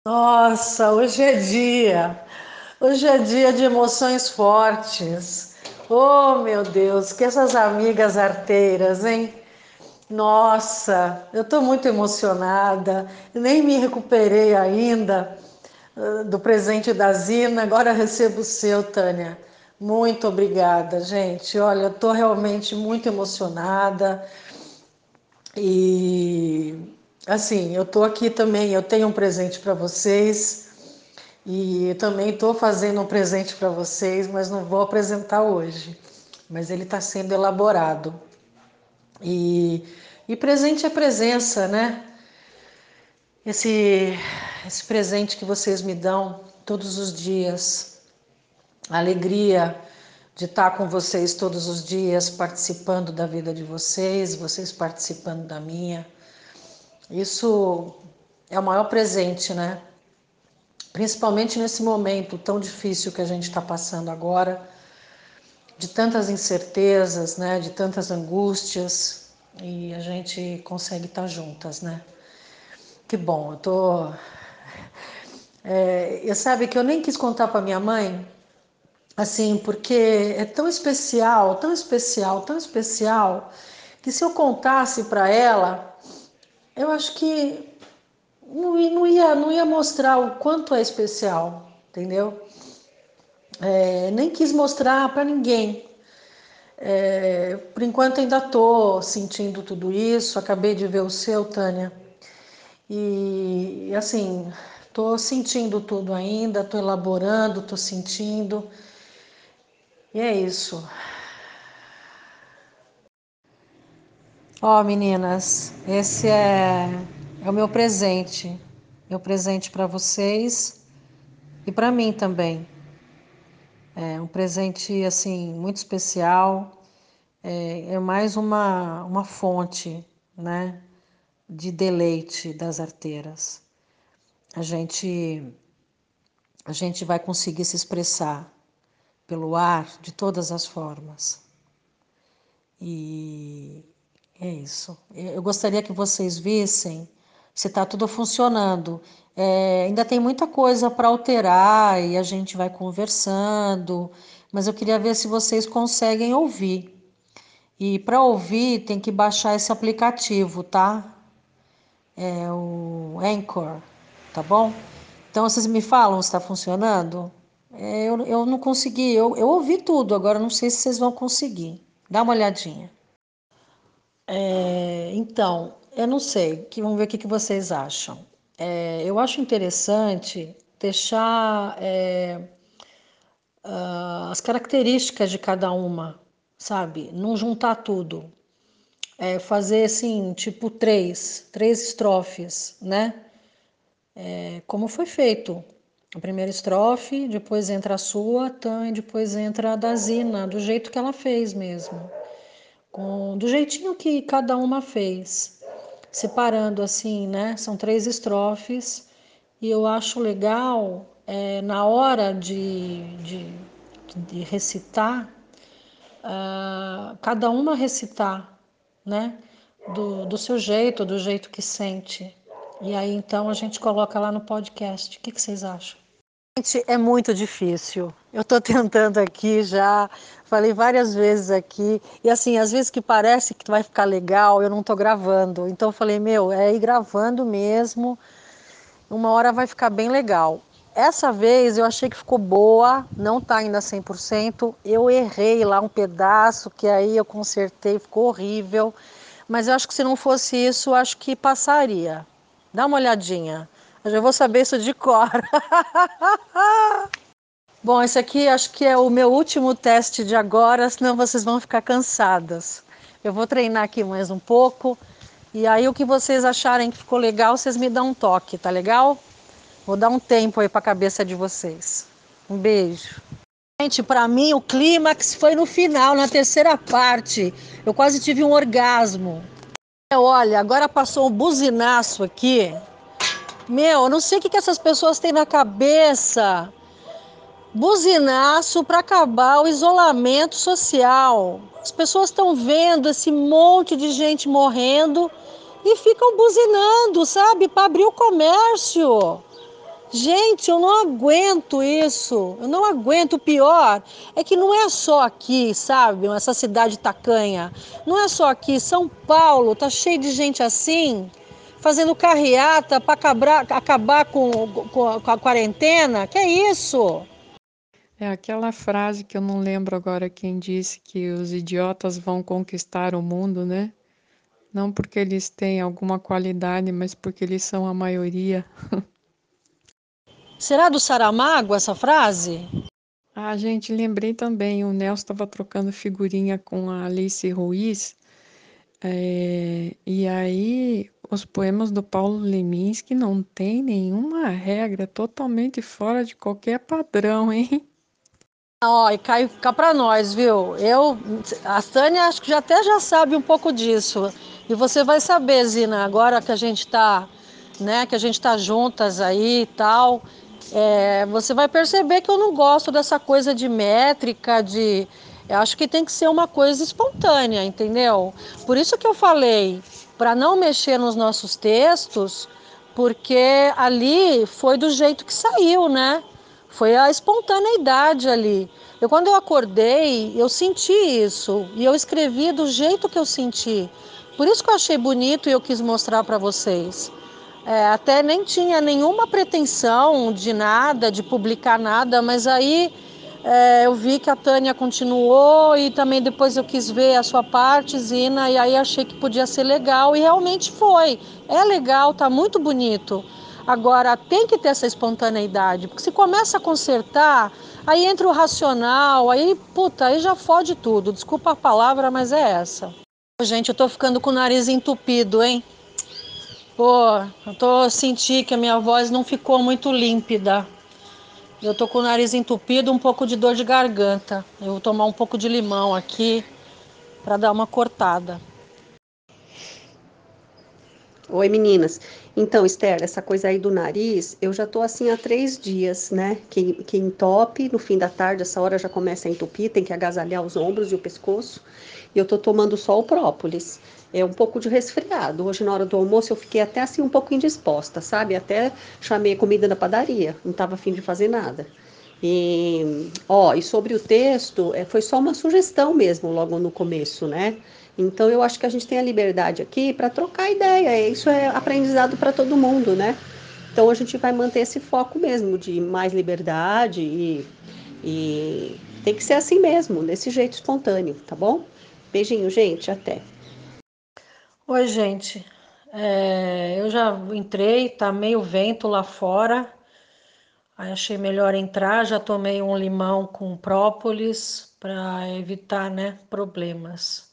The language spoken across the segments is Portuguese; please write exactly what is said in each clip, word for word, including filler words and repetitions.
Nossa, hoje é dia. Hoje é dia de emoções fortes. Oh, meu Deus, que essas amigas arteiras, hein? Nossa, eu estou muito emocionada. Nem me recuperei ainda uh, do presente da Zina. Agora recebo o seu, Tânia. Muito obrigada, gente. Olha, eu estou realmente muito emocionada. E assim, eu estou aqui também. Eu tenho um presente para vocês. E também estou fazendo um presente para vocês, mas não vou apresentar hoje. Mas ele está sendo elaborado. E, e presente é presença, né? Esse, esse presente que vocês me dão todos os dias. A alegria de estar com vocês todos os dias, participando da vida de vocês, vocês participando da minha. Isso é o maior presente, né? Principalmente nesse momento tão difícil que a gente está passando agora, de tantas incertezas, né, de tantas angústias, e a gente consegue estar juntas, né? Que bom, eu tô. É, e sabe que eu nem quis contar para minha mãe, assim, porque é tão especial, tão especial, tão especial, que se eu contasse para ela, eu acho que não, não ia, não ia mostrar o quanto é especial, entendeu? É, nem quis mostrar para ninguém. É, por enquanto ainda estou sentindo tudo isso. Acabei de ver o seu, Tânia, e assim, estou sentindo tudo ainda, estou elaborando, estou sentindo, e é isso. Ó, meninas, esse é, é o meu presente, meu presente para vocês e para mim também. É um presente assim muito especial. É, é mais uma, uma fonte, né, de deleite das arteiras. A gente, a gente vai conseguir se expressar pelo ar de todas as formas. E é isso. Eu gostaria que vocês vissem se está tudo funcionando. É, ainda tem muita coisa para alterar e a gente vai conversando, mas eu queria ver se vocês conseguem ouvir. E para ouvir tem que baixar esse aplicativo, tá? É o Anchor, tá bom? Então vocês me falam se está funcionando? É, eu, eu não consegui, eu, eu ouvi tudo, agora não sei se vocês vão conseguir. Dá uma olhadinha. É, então, eu não sei, que, vamos ver o que, que vocês acham. É, eu acho interessante deixar é, ah, as características de cada uma, sabe? Não juntar tudo. É, fazer assim, tipo três, três estrofes, né? É, como foi feito. A primeira estrofe, depois entra a sua, Tan, e depois entra a da Zina, do jeito que ela fez mesmo. Com, do jeitinho que cada uma fez. Separando assim, né? São três estrofes. E eu acho legal, é, na hora de, de, de recitar, uh, cada uma recitar, né? Do, do seu jeito, do jeito que sente. E aí então a gente coloca lá no podcast. O que, que vocês acham? Gente, é muito difícil. Eu estou tentando aqui já, falei várias vezes aqui, e assim, às vezes que parece que vai ficar legal, eu não estou gravando. Então eu falei, meu, é ir gravando mesmo, uma hora vai ficar bem legal. Essa vez eu achei que ficou boa, não está ainda cem por cento. Eu errei lá um pedaço, que aí eu consertei, ficou horrível. Mas eu acho que se não fosse isso, eu acho que passaria. Dá uma olhadinha. Eu já vou saber isso de cor. Bom, esse aqui acho que é o meu último teste de agora, senão vocês vão ficar cansadas. Eu vou treinar aqui mais um pouco. E aí o que vocês acharem que ficou legal, vocês me dão um toque, tá legal? Vou dar um tempo aí para a cabeça de vocês. Um beijo. Gente, para mim o clímax foi no final, na terceira parte. Eu quase tive um orgasmo. Olha, agora passou um buzinaço aqui. Meu, eu não sei o que essas pessoas têm na cabeça. Buzinaço para acabar o isolamento social. As pessoas estão vendo esse monte de gente morrendo e ficam buzinando, sabe? Para abrir o comércio. Gente, eu não aguento isso. Eu não aguento. O pior é que não é só aqui, sabe? Essa cidade tacanha. Não é só aqui. São Paulo tá cheio de gente assim, fazendo carreata para acabar, acabar com, com, com a quarentena. Que é isso? É aquela frase que eu não lembro agora quem disse que os idiotas vão conquistar o mundo, né? Não porque eles têm alguma qualidade, mas porque eles são a maioria. Será do Saramago essa frase? Ah, gente, lembrei também, o Nelson estava trocando figurinha com a Alice Ruiz, é, e aí os poemas do Paulo Leminski não tem nenhuma regra, é totalmente fora de qualquer padrão, hein? Ó, e cai cá para nós, viu? Eu, a Tânia acho que já até já sabe um pouco disso. E você vai saber, Zina, agora que a gente tá, né, que a gente tá juntas aí e tal, é, você vai perceber que eu não gosto dessa coisa de métrica, de, eu acho que tem que ser uma coisa espontânea, entendeu? Por isso que eu falei, para não mexer nos nossos textos, porque ali foi do jeito que saiu, né? Foi a espontaneidade ali. Eu, quando eu acordei, eu senti isso. E eu escrevi do jeito que eu senti. Por isso que eu achei bonito e eu quis mostrar para vocês. É, até nem tinha nenhuma pretensão de nada, de publicar nada, mas aí é, eu vi que a Tânia continuou e também depois eu quis ver a sua parte, Zina, e aí achei que podia ser legal e realmente foi. É legal, tá muito bonito. Agora, tem que ter essa espontaneidade, porque se começa a consertar, aí entra o racional, aí, puta, aí já fode tudo. Desculpa a palavra, mas é essa. Gente, eu tô ficando com o nariz entupido, hein? Pô, eu tô sentindo que a minha voz não ficou muito límpida. Eu tô com o nariz entupido, um pouco de dor de garganta. Eu vou tomar um pouco de limão aqui para dar uma cortada. Oi, meninas. Então, Esther, essa coisa aí do nariz, eu já tô assim há três dias, né? Que, que entope, no fim da tarde, essa hora já começa a entupir, tem que agasalhar os ombros e o pescoço. E eu tô tomando só o própolis. É um pouco de resfriado. Hoje, na hora do almoço, eu fiquei até assim um pouco indisposta, sabe? Até chamei comida da padaria, não tava afim de fazer nada. E, ó, e sobre o texto, é, foi só uma sugestão mesmo, logo no começo, né? Então, eu acho que a gente tem a liberdade aqui para trocar ideia. Isso é aprendizado para todo mundo, né? Então, a gente vai manter esse foco mesmo de mais liberdade e, e tem que ser assim mesmo, desse jeito espontâneo, tá bom? Beijinho, gente, até. Oi, gente. É, eu já entrei, tá meio vento lá fora. Aí achei melhor entrar, já tomei um limão com própolis para evitar, né, problemas.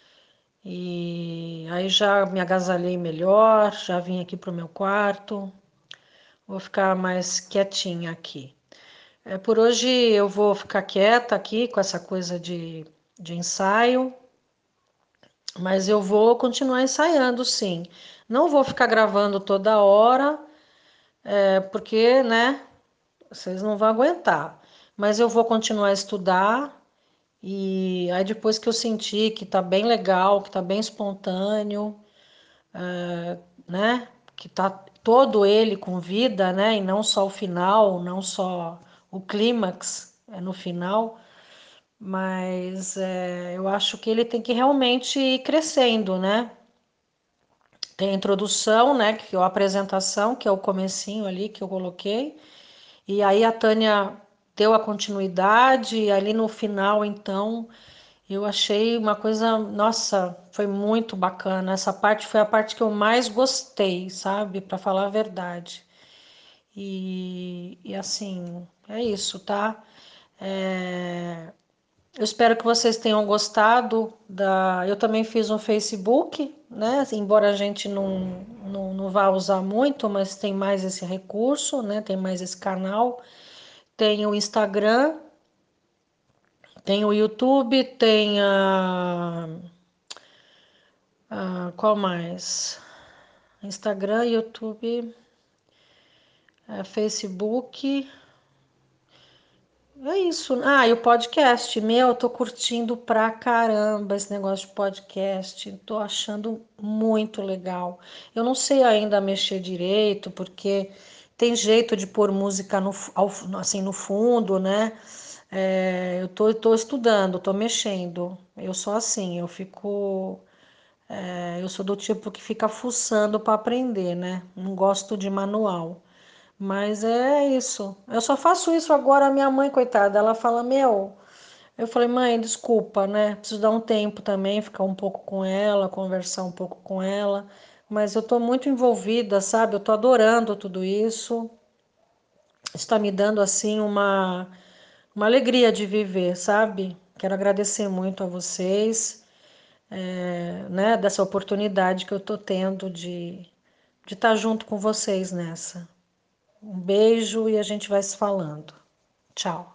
E aí já me agasalhei melhor, já vim aqui pro meu quarto. Vou ficar mais quietinha aqui. É, por hoje eu vou ficar quieta aqui com essa coisa de, de ensaio, mas eu vou continuar ensaiando, sim. Não vou ficar gravando toda hora, é, porque, né, vocês não vão aguentar. Mas eu vou continuar a estudar e aí depois que eu sentir que tá bem legal, que tá bem espontâneo, né, que tá todo ele com vida, né, e não só o final, não só o clímax, é no final, mas é, eu acho que ele tem que realmente ir crescendo, né? Tem a introdução, né, que é a apresentação, que é o comecinho ali que eu coloquei, e aí a Tânia deu a continuidade, e ali no final, então, eu achei uma coisa, nossa, foi muito bacana. Essa parte foi a parte que eu mais gostei, sabe? Para falar a verdade. E, e assim, é isso, tá? É, eu espero que vocês tenham gostado da. Eu também fiz um Facebook, né? Embora a gente não, não, não vá usar muito, mas tem mais esse recurso, né? Tem mais esse canal. Tem o Instagram, tem o YouTube, tem a. a qual mais? Instagram, YouTube, é, Facebook. É isso. Ah, e o podcast. Meu, eu tô curtindo pra caramba esse negócio de podcast. Tô achando muito legal. Eu não sei ainda mexer direito, porque tem jeito de pôr música no, ao, assim, no fundo, né? É, eu tô, tô estudando, tô mexendo. Eu sou assim, eu fico. É, eu sou do tipo que fica fuçando para aprender, né? Não gosto de manual. Mas é isso. Eu só faço isso agora. A minha mãe, coitada, ela fala: Meu. Eu falei: Mãe, desculpa, né? Preciso dar um tempo também, ficar um pouco com ela, conversar um pouco com ela. Mas eu tô muito envolvida, sabe? Eu tô adorando tudo isso. Está me dando assim uma, uma alegria de viver, sabe? Quero agradecer muito a vocês, é, né, dessa oportunidade que eu tô tendo de de estar junto com vocês nessa. Um beijo e a gente vai se falando. Tchau.